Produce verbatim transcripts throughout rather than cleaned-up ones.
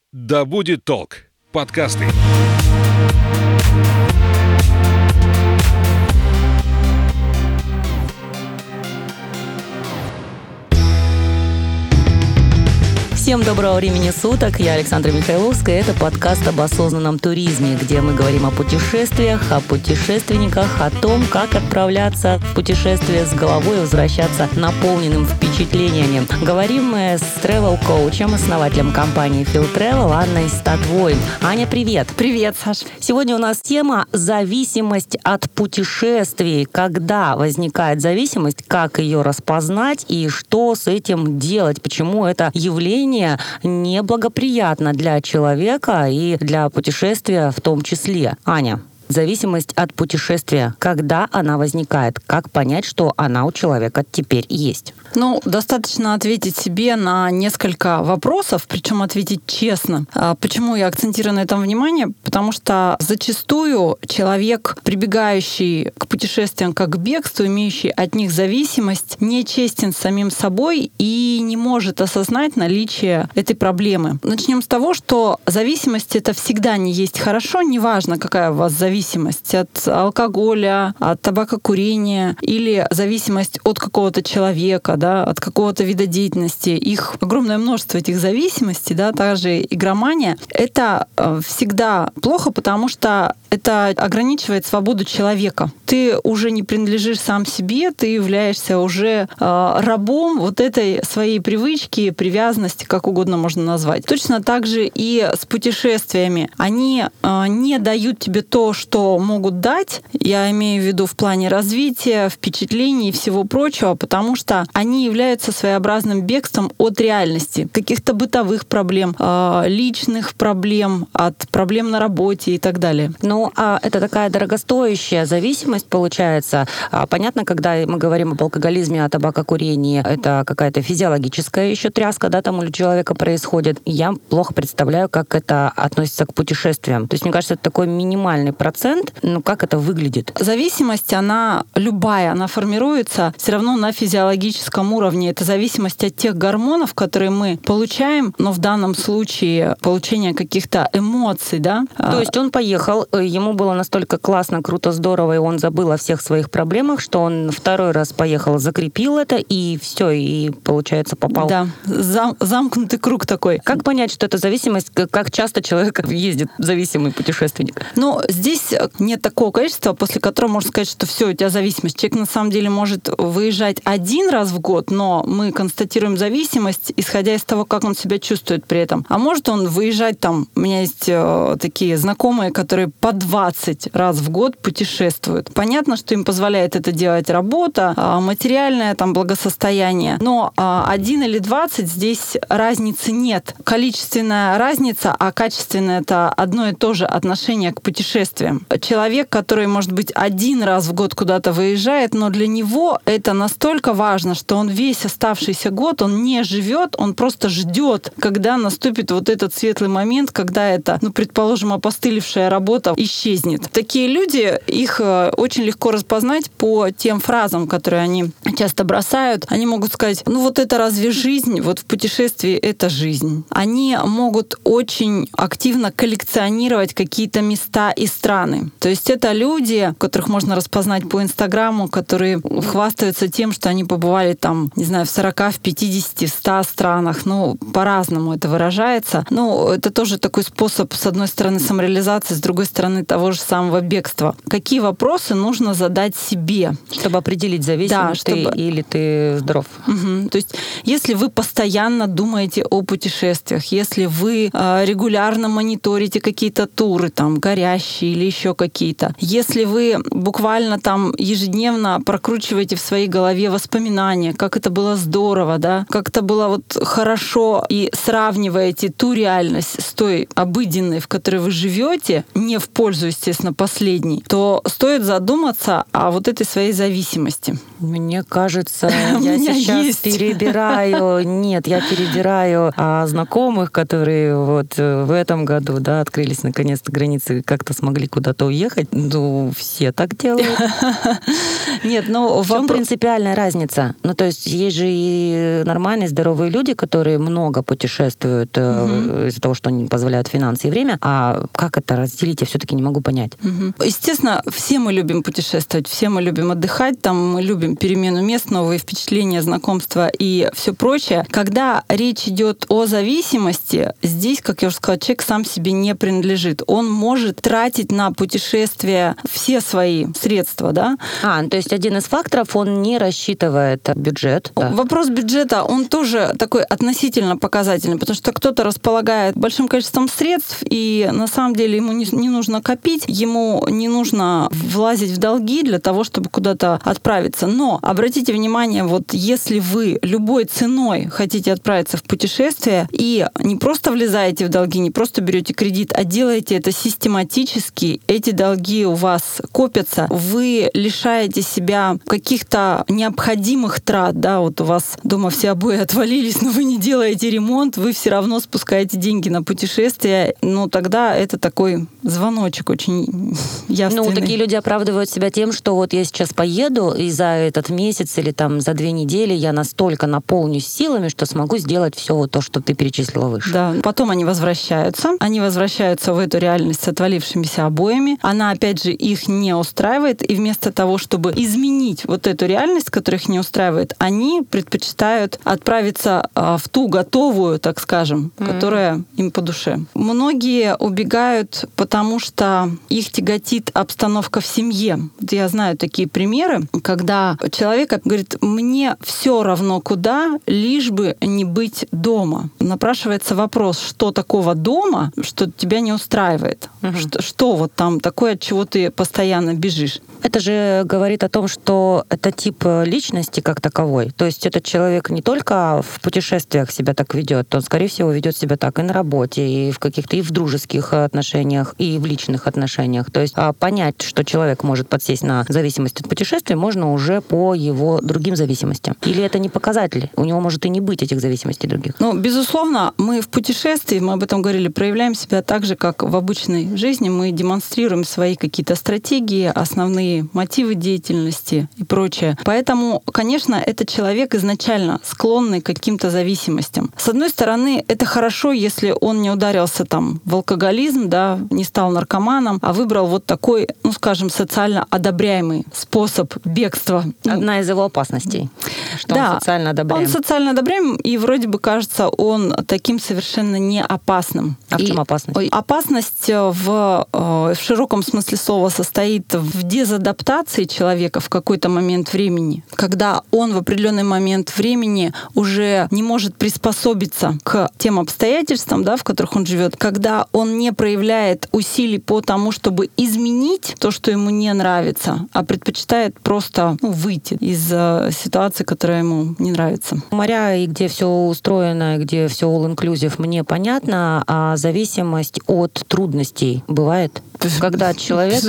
Да будет толк. Подкасты. Всем доброго времени суток, я Александра Михайловская. Это подкаст об осознанном туризме, где мы говорим о путешествиях, о путешественниках, о том, как отправляться в путешествие с головой и возвращаться наполненным впечатлениями. Говорим мы с travel-коучем, основателем компании Fil-Travel Анной Статвой. Аня, привет! Привет, Саш! Сегодня у нас тема «Зависимость от путешествий». Когда возникает зависимость, как ее распознать и что с этим делать, почему это явление неблагоприятно для человека и для путешествия в том числе. Аня, зависимость от путешествия. Когда она возникает? Как понять, что она у человека теперь есть? Ну, достаточно ответить себе на несколько вопросов, причем ответить честно. Почему я акцентирую на этом внимание? Потому что зачастую человек, прибегающий к путешествиям как к бегству, имеющий от них зависимость, нечестен с самим собой и не может осознать наличие этой проблемы. Начнем с того, что зависимость — это всегда не есть хорошо, неважно, какая у вас зависимость от алкоголя, от табакокурения или зависимость от какого-то человека, да, от какого-то вида деятельности. Их огромное множество, этих зависимостей, да, также игромания. Это всегда плохо, потому что это ограничивает свободу человека. Ты уже не принадлежишь сам себе, ты являешься уже э, рабом вот этой своей привычки, привязанности, как угодно можно назвать. Точно так же и с путешествиями. Они э, не дают тебе то, что могут дать, я имею в виду в плане развития, впечатлений и всего прочего, потому что они являются своеобразным бегством от реальности, каких-то бытовых проблем, э, личных проблем, от проблем на работе и так далее. Ну, а это такая дорогостоящая зависимость получается. Понятно, когда мы говорим об алкоголизме, о табакокурении, это какая-то физиологическая еще тряска, да, там у человека происходит. Я плохо представляю, как это относится к путешествиям. То есть, мне кажется, это такой минимальный процент. Но как это выглядит? Зависимость, она любая, она формируется все равно на физиологическом уровне. Это зависимость от тех гормонов, которые мы получаем, но в данном случае получение каких-то эмоций, да. То есть он поехал, ему было настолько классно, круто, здорово, и он забыл о всех своих проблемах, что он второй раз поехал, закрепил это, и все, и, получается, попал. Да, Зам, замкнутый круг такой. Как понять, что это зависимость? Как часто человек ездит зависимый путешественник? Ну, здесь нет такого количества, после которого можно сказать, что все, у тебя зависимость. Человек на самом деле может выезжать один раз в год, но мы констатируем зависимость, исходя из того, как он себя чувствует при этом. А может он выезжать там, у меня есть э, такие знакомые, которые по двадцать раз в год путешествуют. Понятно, что им позволяет это делать работа, материальное там благосостояние, но один или двадцать здесь разницы нет. Количественная разница, а качественное — это одно и то же отношение к путешествиям. Человек, который, может быть, один раз в год куда-то выезжает, но для него это настолько важно, что он весь оставшийся год, он не живет, он просто ждет, когда наступит вот этот светлый момент, когда это, ну, предположим, опостылевшая работа исчезнет. Такие люди, их очень легко распознать по тем фразам, которые они часто бросают. Они могут сказать: ну вот это разве жизнь? Вот в путешествии это жизнь. Они могут очень активно коллекционировать какие-то места и страны. То есть это люди, которых можно распознать по Инстаграму, которые хвастаются тем, что они побывали там, не знаю, в сорока, в пятидесяти, в ста странах. Ну, по-разному это выражается. Ну, это тоже такой способ, с одной стороны, самореализации, с другой стороны, того же самого бегства. Какие вопросы нужно задать себе? Чтобы определить, зависим да, ты чтобы... или ты здоров. Угу. То есть если вы постоянно думаете о путешествиях, если вы э, регулярно мониторите какие-то туры, там, горящие или еще какие-то, если вы буквально там ежедневно прокручиваете в своей голове воспоминания, как это было здорово, да, как это было вот хорошо, и сравниваете ту реальность с той обыденной, в которой вы живете, не в пользу, естественно, последней, то стоит задуматься о вот этой своей зависимости. Мне кажется, я сейчас перебираю... Нет, я перебираю а, знакомых, которые вот в этом году, да, открылись наконец-то границы, как-то смогли куда-то уехать. Ну, все так делают. Нет, ну... В чем принципиальная разница? Ну, то есть есть же и нормальные, здоровые люди, которые много путешествуют угу. из-за того, что они позволяют финансы и время. А как это разделить, я все-таки не могу понять. Угу. Естественно, все мы любим путешествовать, все мы любим отдыхать, там мы любим перемену мест, новые впечатления, знакомства и все прочее. Когда речь идет о зависимости, здесь, как я уже сказала, человек сам себе не принадлежит. Он может тратить на путешествия все свои средства, да? А, то есть один из факторов, он не рассчитывает бюджет. Да. Вопрос бюджета, он тоже такой относительно показательный, потому что кто-то располагает большим количеством средств, и на самом деле ему не, не нужно копить, ему не нужно влазить в долги для того, чтобы куда-то отправиться. Но обратите внимание, вот если вы любой ценой хотите отправиться в путешествие и не просто влезаете в долги, не просто берете кредит, а делаете это систематически, эти долги у вас копятся, вы лишаете себя каких-то необходимых трат, да, вот у вас дома все обои отвалились, но вы не делаете ремонт, вы все равно спускаете деньги на путешествие, ну тогда это такой звоночек очень явственный. Ну, такие люди оправдывают себя тем, что вот я сейчас поеду, и за этот месяц или там за две недели я настолько наполнюсь силами, что смогу сделать все вот то, что ты перечислила выше. Да, потом они возвращаются, они возвращаются в эту реальность с отвалившимися обоями, она опять же их не устраивает, и вместо того, чтобы изменить вот эту реальность, которая их не устраивает, они предпочитают отправиться в ту готовую, так скажем, mm-hmm. которая им по душе. Многие убегают, потому что их тяготит обстановка в семье. Я знаю такие примеры, когда человек говорит, мне все равно куда, лишь бы не быть дома. Напрашивается вопрос, что такого дома, что тебя не устраивает? Mm-hmm. Что, что вот там такое, от чего ты постоянно бежишь? Это же говорит о том, что это тип личности как таковой. То есть этот человек не только в путешествиях себя так ведет, он, скорее всего, ведет себя так и на работе, и в каких-то и в дружеских отношениях, и в личных отношениях. То есть понять, что человек может подсесть на зависимость от путешествий, можно уже по его другим зависимостям. Или это не показатель? У него может и не быть этих зависимостей других. Ну, безусловно, мы в путешествии, мы об этом говорили, проявляем себя так же, как в обычной жизни. Мы демонстрируем свои какие-то стратегии, основные мотивы деятельности и прочее. Поэтому, конечно, это человек изначально склонный к каким-то зависимостям. С одной стороны, это хорошо, если он не ударился там в алкоголизм, да, не стал наркоманом, а выбрал вот такой, ну, скажем, социально одобряемый способ бегства. Одна из его опасностей, что да, он социально одобряем. Он социально одобряем, и вроде бы кажется он таким совершенно не опасным. А в и чем опасность? Опасность в, в широком смысле слова состоит в дезадаптации человека в какой-то момент времени, когда он в определенный момент времени уже не может приспособиться к тем обстоятельствам, да, в которых он живет, когда он не проявляет усилий по тому, чтобы изменить то, что ему не нравится, а предпочитает просто ну, выйти из э, ситуации, которая ему не нравится. Моря, и где все устроено, где все all-inclusive, мне понятно, а зависимость от трудностей бывает? Когда человек,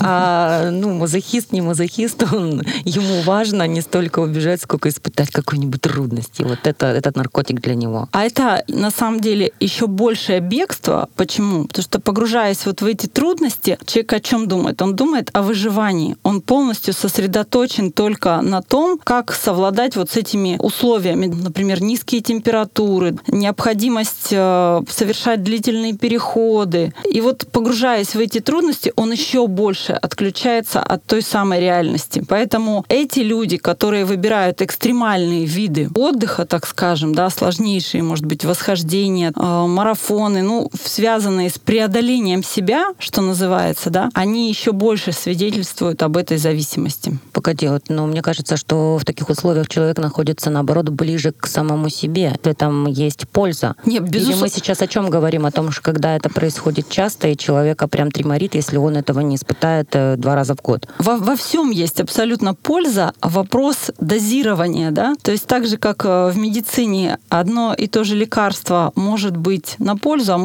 а, ну, мазохист, не мазохист, он, ему важно не столько убежать, сколько испытать какую-нибудь трудность. И вот это, этот наркотик для него. А это, на самом деле, еще большее бегство. Почему? Потому что, погружаясь вот в эти трудности, человек о чем думает? Он думает о выживании. Он полностью сосредоточен только на том, как совладать вот с этими условиями. Например, низкие температуры, необходимость э, совершать длительные переходы. И вот, погружаясь в эти трудности, он еще больше отключается от той самой реальности. Поэтому эти люди, которые выбирают экстремальные виды отдыха, так скажем, да, сложнейшие, может быть, восхождения, э, марафоны, ну, связанные с преодолением себя, что называется, да, они еще больше свидетельствуют об этой зависимости. Погоди, вот, но мне кажется, что в таких условиях человек находится, наоборот, ближе к самому себе. В этом есть польза. Нет, безусловно. Или мы сейчас о чем говорим? О том, что когда это происходит часто, и человека прям треморит, если он этого не испытает э, два раза в год. Во, во всем есть абсолютно польза. Вопрос дозирования, да? То есть так же, как в медицине одно и то же лекарство может быть на пользу, а может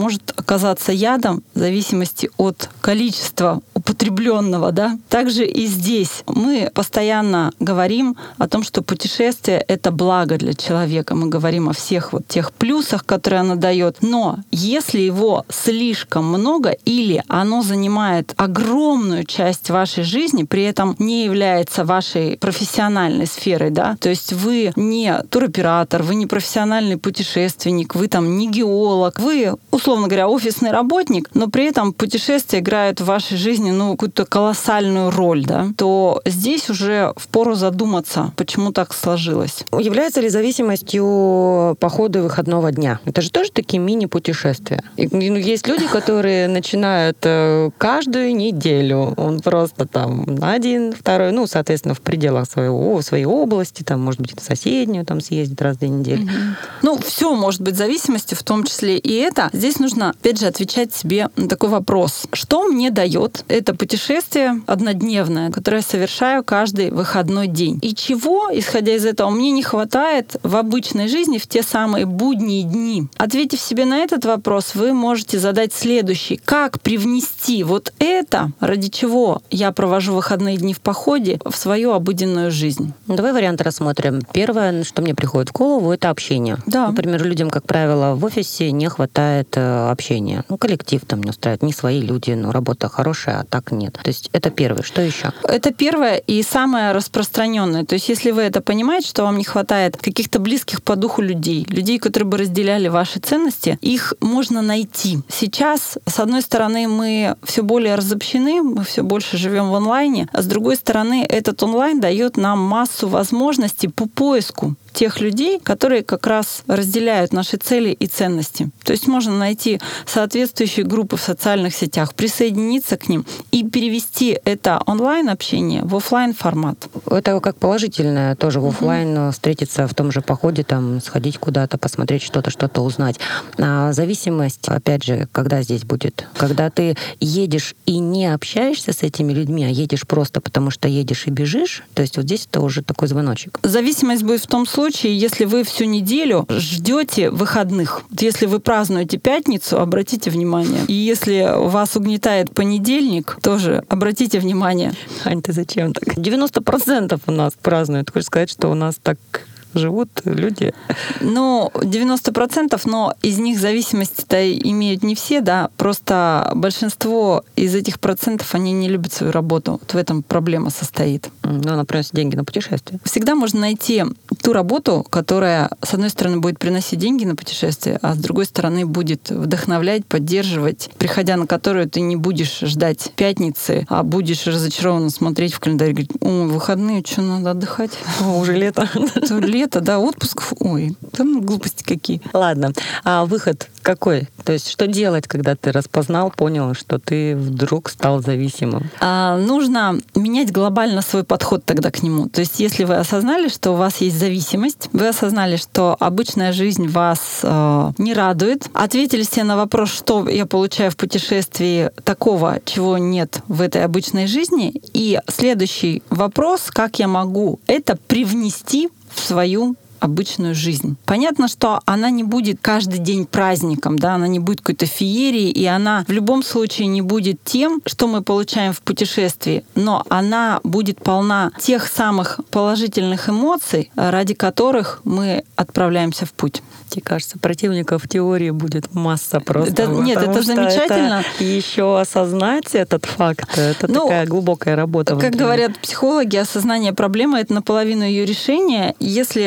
оказаться ядом в зависимости от количества употребленного, да. Также и здесь мы постоянно говорим о том, что путешествие — это благо для человека. Мы говорим о всех вот тех плюсах, которые оно дает. Но если его слишком много или оно занимает огромную часть вашей жизни, при этом не является вашей профессиональной сферой, да, то есть вы не туроператор, вы не профессиональный путешественник, вы там не геолог, вы, условно говоря, офисный работник, но при этом путешествия играют в вашей жизни ну, какую-то колоссальную роль, да, то здесь уже впору задуматься, почему так сложилось. Является ли зависимостью походы выходного дня? Это же тоже такие мини-путешествия. И, ну, есть люди, которые начинают каждую неделю. Он просто там один, второй, ну, соответственно, в пределах своего, своей области, там, может быть, в соседнюю там съездит раз в две недели. Mm-hmm. Ну, все может быть зависимостью, в том числе и это. Здесь нужно, опять же, отвечать себе на такой вопрос. Что мне дает это путешествие однодневное, которое я совершаю каждый выходной день? И чего, исходя из этого, мне не хватает в обычной жизни в те самые будние дни? Ответив себе на этот вопрос, вы можете задать следующий. Как привнести вот это, ради чего я провожу выходные дни в походе, в свою обыденную жизнь? Давай варианты рассмотрим. Первое, что мне приходит в голову, это общение. Да. Например, людям, как правило, в офисе не хватает общения. Ну, коллектив там не устраивает, не свои люди, но работа хорошая, а так нет. То есть это первое. Что еще? Это первое и самое распространенное. То есть если вы это понимаете, что вам не хватает каких-то близких по духу людей, людей, которые бы разделяли ваши ценности, их можно найти. Сейчас, с одной стороны, мы все более разобщены, мы все больше живем в онлайне, а с другой стороны, этот онлайн дает нам массу возможностей по поиску тех людей, которые как раз разделяют наши цели и ценности. То есть можно найти соответствующие группы в социальных сетях, присоединиться к ним и перевести это онлайн-общение в офлайн-формат. Это как положительное тоже в офлайн, uh-huh. встретиться в том же походе, там, сходить куда-то, посмотреть что-то, что-то узнать. А зависимость, опять же, когда здесь будет? Когда ты едешь и не общаешься с этими людьми, а едешь просто потому, что едешь и бежишь, то есть вот здесь это уже такой звоночек. Зависимость будет в том случае, если вы всю неделю ждете выходных. Вот если вы празднуете пятницу, обратите внимание. И если вас угнетает понедельник, тоже обратите внимание. Ань, ты зачем так? девяносто процентов у нас празднуют. Хочешь сказать, что у нас так живут люди? Ну, девяносто процентов, но из них зависимости-то имеют не все, да, просто большинство из этих процентов, они не любят свою работу. Вот в этом проблема состоит. Ну, она приносит деньги на путешествие. Всегда можно найти ту работу, которая, с одной стороны, будет приносить деньги на путешествие, а с другой стороны, будет вдохновлять, поддерживать, приходя на которую ты не будешь ждать пятницы, а будешь разочарованно смотреть в календарь и говорить: о, выходные, что, надо отдыхать? О, уже лето. Лето, да, отпуск. Ой, там глупости какие. Ладно. А выход какой? То есть что делать, когда ты распознал, понял, что ты вдруг стал зависимым? А, нужно менять глобально свой подход тогда к нему. То есть если вы осознали, что у вас есть зависимость, вы осознали, что обычная жизнь вас э, не радует, ответили себе на вопрос, что я получаю в путешествии такого, чего нет в этой обычной жизни, и следующий вопрос, как я могу это привнести в свою обычную жизнь. Понятно, что она не будет каждый день праздником, да, она не будет какой-то феерией, и она в любом случае не будет тем, что мы получаем в путешествии, но она будет полна тех самых положительных эмоций, ради которых мы отправляемся в путь. Мне кажется, противников теории будет масса просто. Это, нет, это замечательно. Это еще осознать этот факт, это ну, такая глубокая работа. Как говорят психологи, осознание проблемы — это наполовину ее решение. Если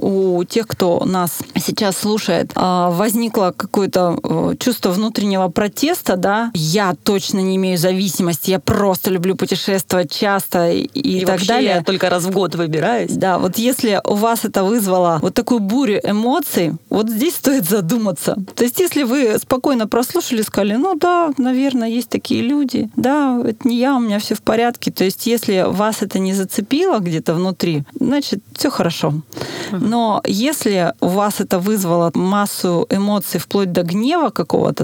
у тех, кто нас сейчас слушает, возникло какое-то чувство внутреннего протеста, да, я точно не имею зависимости, я просто люблю путешествовать часто и, и, и так далее. Я только раз в год выбираюсь. Да, вот если у вас это вызвало вот такую бурю эмоций, вот здесь стоит задуматься. То есть если вы спокойно прослушали, сказали: ну да, наверное, есть такие люди, да, это не я, у меня все в порядке. То есть если вас это не зацепило где-то внутри, значит, все хорошо. Но если у вас это вызвало массу эмоций вплоть до гнева какого-то, да,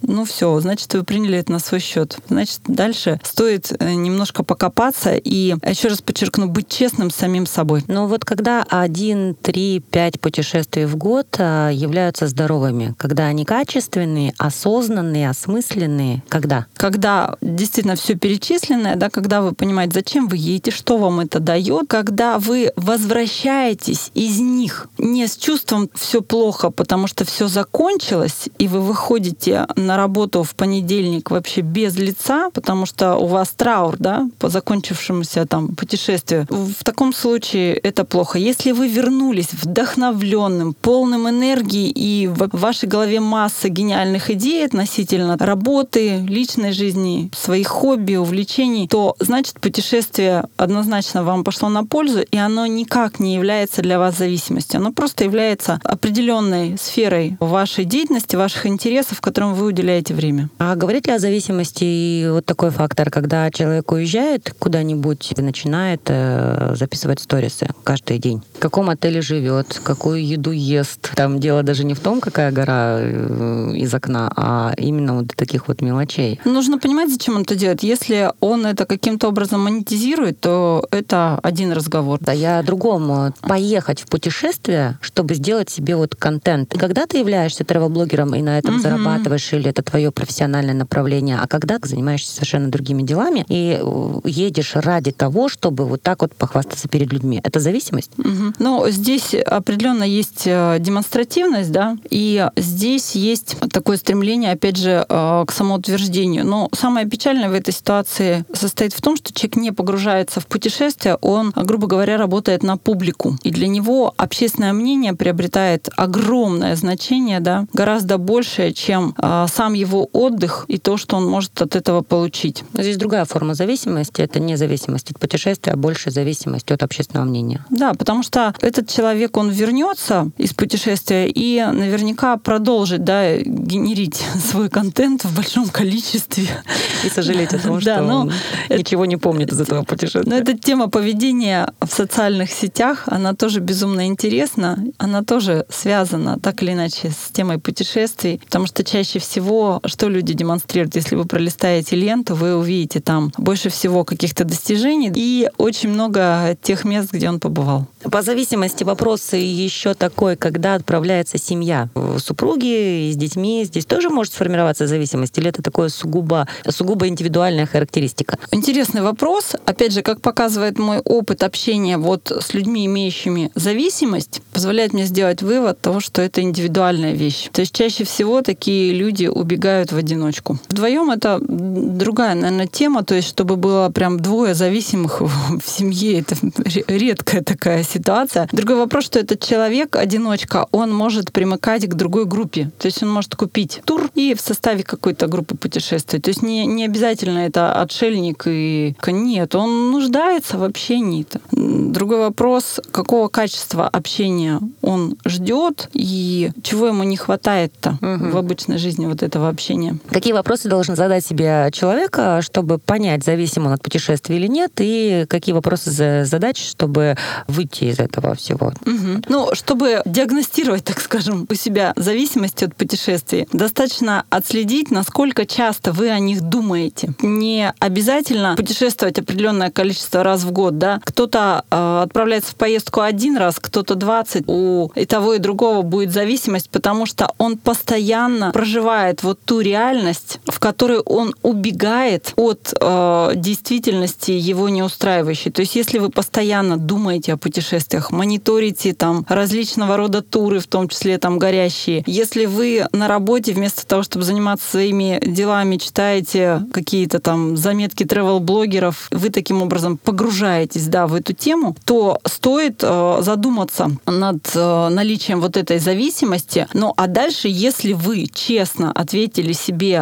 ну все, значит, вы приняли это на свой счет. Значит, дальше стоит немножко покопаться и, еще раз подчеркну, быть честным с самим собой. Но вот когда один, три, пять путешествий в год являются здоровыми, когда они качественные, осознанные, осмысленные, когда? Когда действительно все перечисленное, да, когда вы понимаете, зачем вы едете, что вам это дает, когда вы возвращаетесь из них не с чувством все плохо, потому что все закончилось, и вы выходите на работу в понедельник вообще без лица, потому что у вас траур, да, по закончившемуся там путешествию. В таком случае это плохо. Если вы вернулись вдохновленным, полным энергии, и в вашей голове масса гениальных идей относительно работы, личной жизни, своих хобби, увлечений, то значит путешествие однозначно вам пошло на пользу, и оно никак не является для вас зависимостью. Оно просто является определенной сферой вашей деятельности, ваших интересов, которым вы уделяете время. А говорит ли о зависимости и вот такой фактор, когда человек уезжает куда-нибудь и начинает э, записывать сторисы каждый день? В каком отеле живет, какую еду ест? Там дело даже не в том, какая гора э, из окна, а именно вот таких вот мелочей. Нужно понимать, зачем он это делает. Если он это каким-то образом монетизирует, то это один разговор. Да, я о другом. Поехать в путешествие, чтобы сделать себе вот контент. Когда ты являешься тревел-блогером и на этом mm-hmm. зарабатываешь, или это твое профессиональное направление, а когда ты занимаешься совершенно другими делами и едешь ради того, чтобы вот так вот похвастаться перед людьми. Это зависимость? Mm-hmm. Ну, здесь определенно есть демонстративность, да, и здесь есть такое стремление, опять же, к самоутверждению. Но самое печальное в этой ситуации состоит в том, что человек не погружается в путешествие, он, грубо говоря, работает на публику. И для него общественное мнение приобретает огромное значение, да, гораздо большее, чем а, сам его отдых и то, что он может от этого получить. Но здесь другая форма зависимости. Это не зависимость от путешествия, а больше зависимость от общественного мнения. Да, потому что этот человек, он вернется из путешествия и наверняка продолжит, да, генерить свой контент в большом количестве. И сожалеть о том, что он ничего не помнит из этого путешествия. Но эта тема поведения в социальных сетях, она тоже безумно интересна. Она тоже связана так или иначе с темой путешествий, потому что чаще всего, что люди демонстрируют, если вы пролистаете ленту, вы увидите там больше всего каких-то достижений и очень много тех мест, где он побывал. По зависимости вопрос еще такой, когда отправляется семья. Супруги с детьми, здесь тоже может сформироваться зависимость, или это такое сугубо, сугубо индивидуальная характеристика? Интересный вопрос. Опять же, как показывает мой опыт общения вот с людьми, имеющими зависимость, позволяет мне сделать вывод того, что это индивидуальная вещь. То есть чаще всего такие люди убегают в одиночку. Вдвоем это другая, наверное, тема, то есть чтобы было прям двое зависимых в семье, это редкая такая ситуация. Другой вопрос, что этот человек, одиночка, он может примыкать к другой группе. То есть он может купить тур и в составе какой-то группы путешествовать. То есть не, не обязательно это отшельник и... Нет, он нуждается в общении. Другой вопрос, какого качества общения он ждет и чего ему не хватает-то угу. в обычной жизни вот этого общения. Какие вопросы должен задать себе человек, чтобы понять, зависим он от путешествия или нет, и какие вопросы задать, чтобы выйти из этого всего? Угу. Ну, чтобы диагностировать, так скажем, у себя зависимость от путешествий, достаточно отследить, насколько часто вы о них думаете. Не обязательно путешествовать определенное количество раз в год, да. Кто-то э, отправляется в поездку один раз, кто-то двадцать. У и того, и другого будет зависимость, потому что он постоянно проживает вот ту реальность, в которой он убегает от э, действительности его неустраивающей. То есть если вы постоянно думаете о путешествиях, мониторите там различного рода туры, в том числе там горящие, если вы на работе вместо того, чтобы заниматься своими делами, читаете какие-то там заметки тревел-блогеров, вы таким образом погружаетесь, да, в эту тему, то стоит э, задуматься над э, наличием вот этой зависимости. Ну а дальше, если вы честно ответили себе на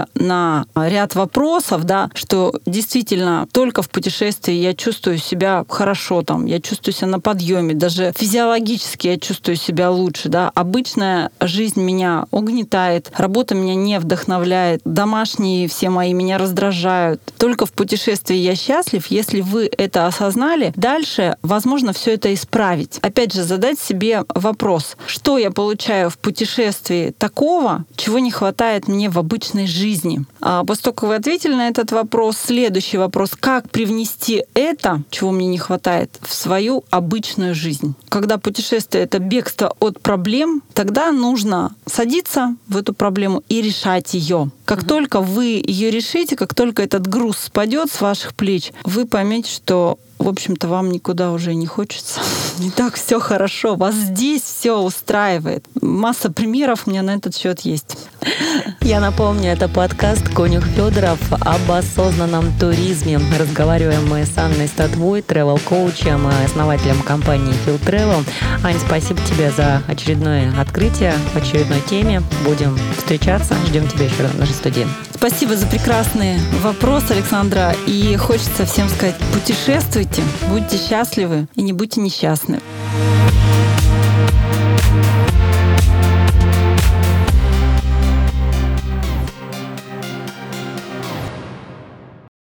на ряд вопросов, да, что действительно только в путешествии я чувствую себя хорошо, там, я чувствую себя на подъеме, даже физиологически я чувствую себя лучше. Да. Обычная жизнь меня угнетает, работа меня не вдохновляет, домашние все мои меня раздражают. Только в путешествии я счастлив. Если вы это осознали, дальше возможно все это исправить. Опять же, задать себе вопрос, что я получаю в путешествии такого, чего не хватает мне в обычной жизни. А после того, как вы ответили на этот вопрос, следующий вопрос, как привнести это, чего мне не хватает, в свою обычную жизнь. Когда путешествие — это бегство от проблем, тогда нужно садиться в эту проблему и решать ее. Как угу. только вы ее решите, как только этот груз спадет с ваших плеч, вы поймете, что в общем-то, вам никуда уже не хочется. Не так все хорошо. Вас здесь все устраивает. Масса примеров у меня на этот счет есть. Я напомню, это подкаст «Конюх Федоров» об осознанном туризме. Разговариваем мы с Анной Статвой, тревел-коучем и основателем компании Feel Travel. Ань, спасибо тебе за очередное открытие в очередной теме. Будем встречаться. Ждем тебя еще в нашей студии. Спасибо за прекрасный вопрос, Александра. И хочется всем сказать, путешествуйте, будьте счастливы и не будьте несчастны.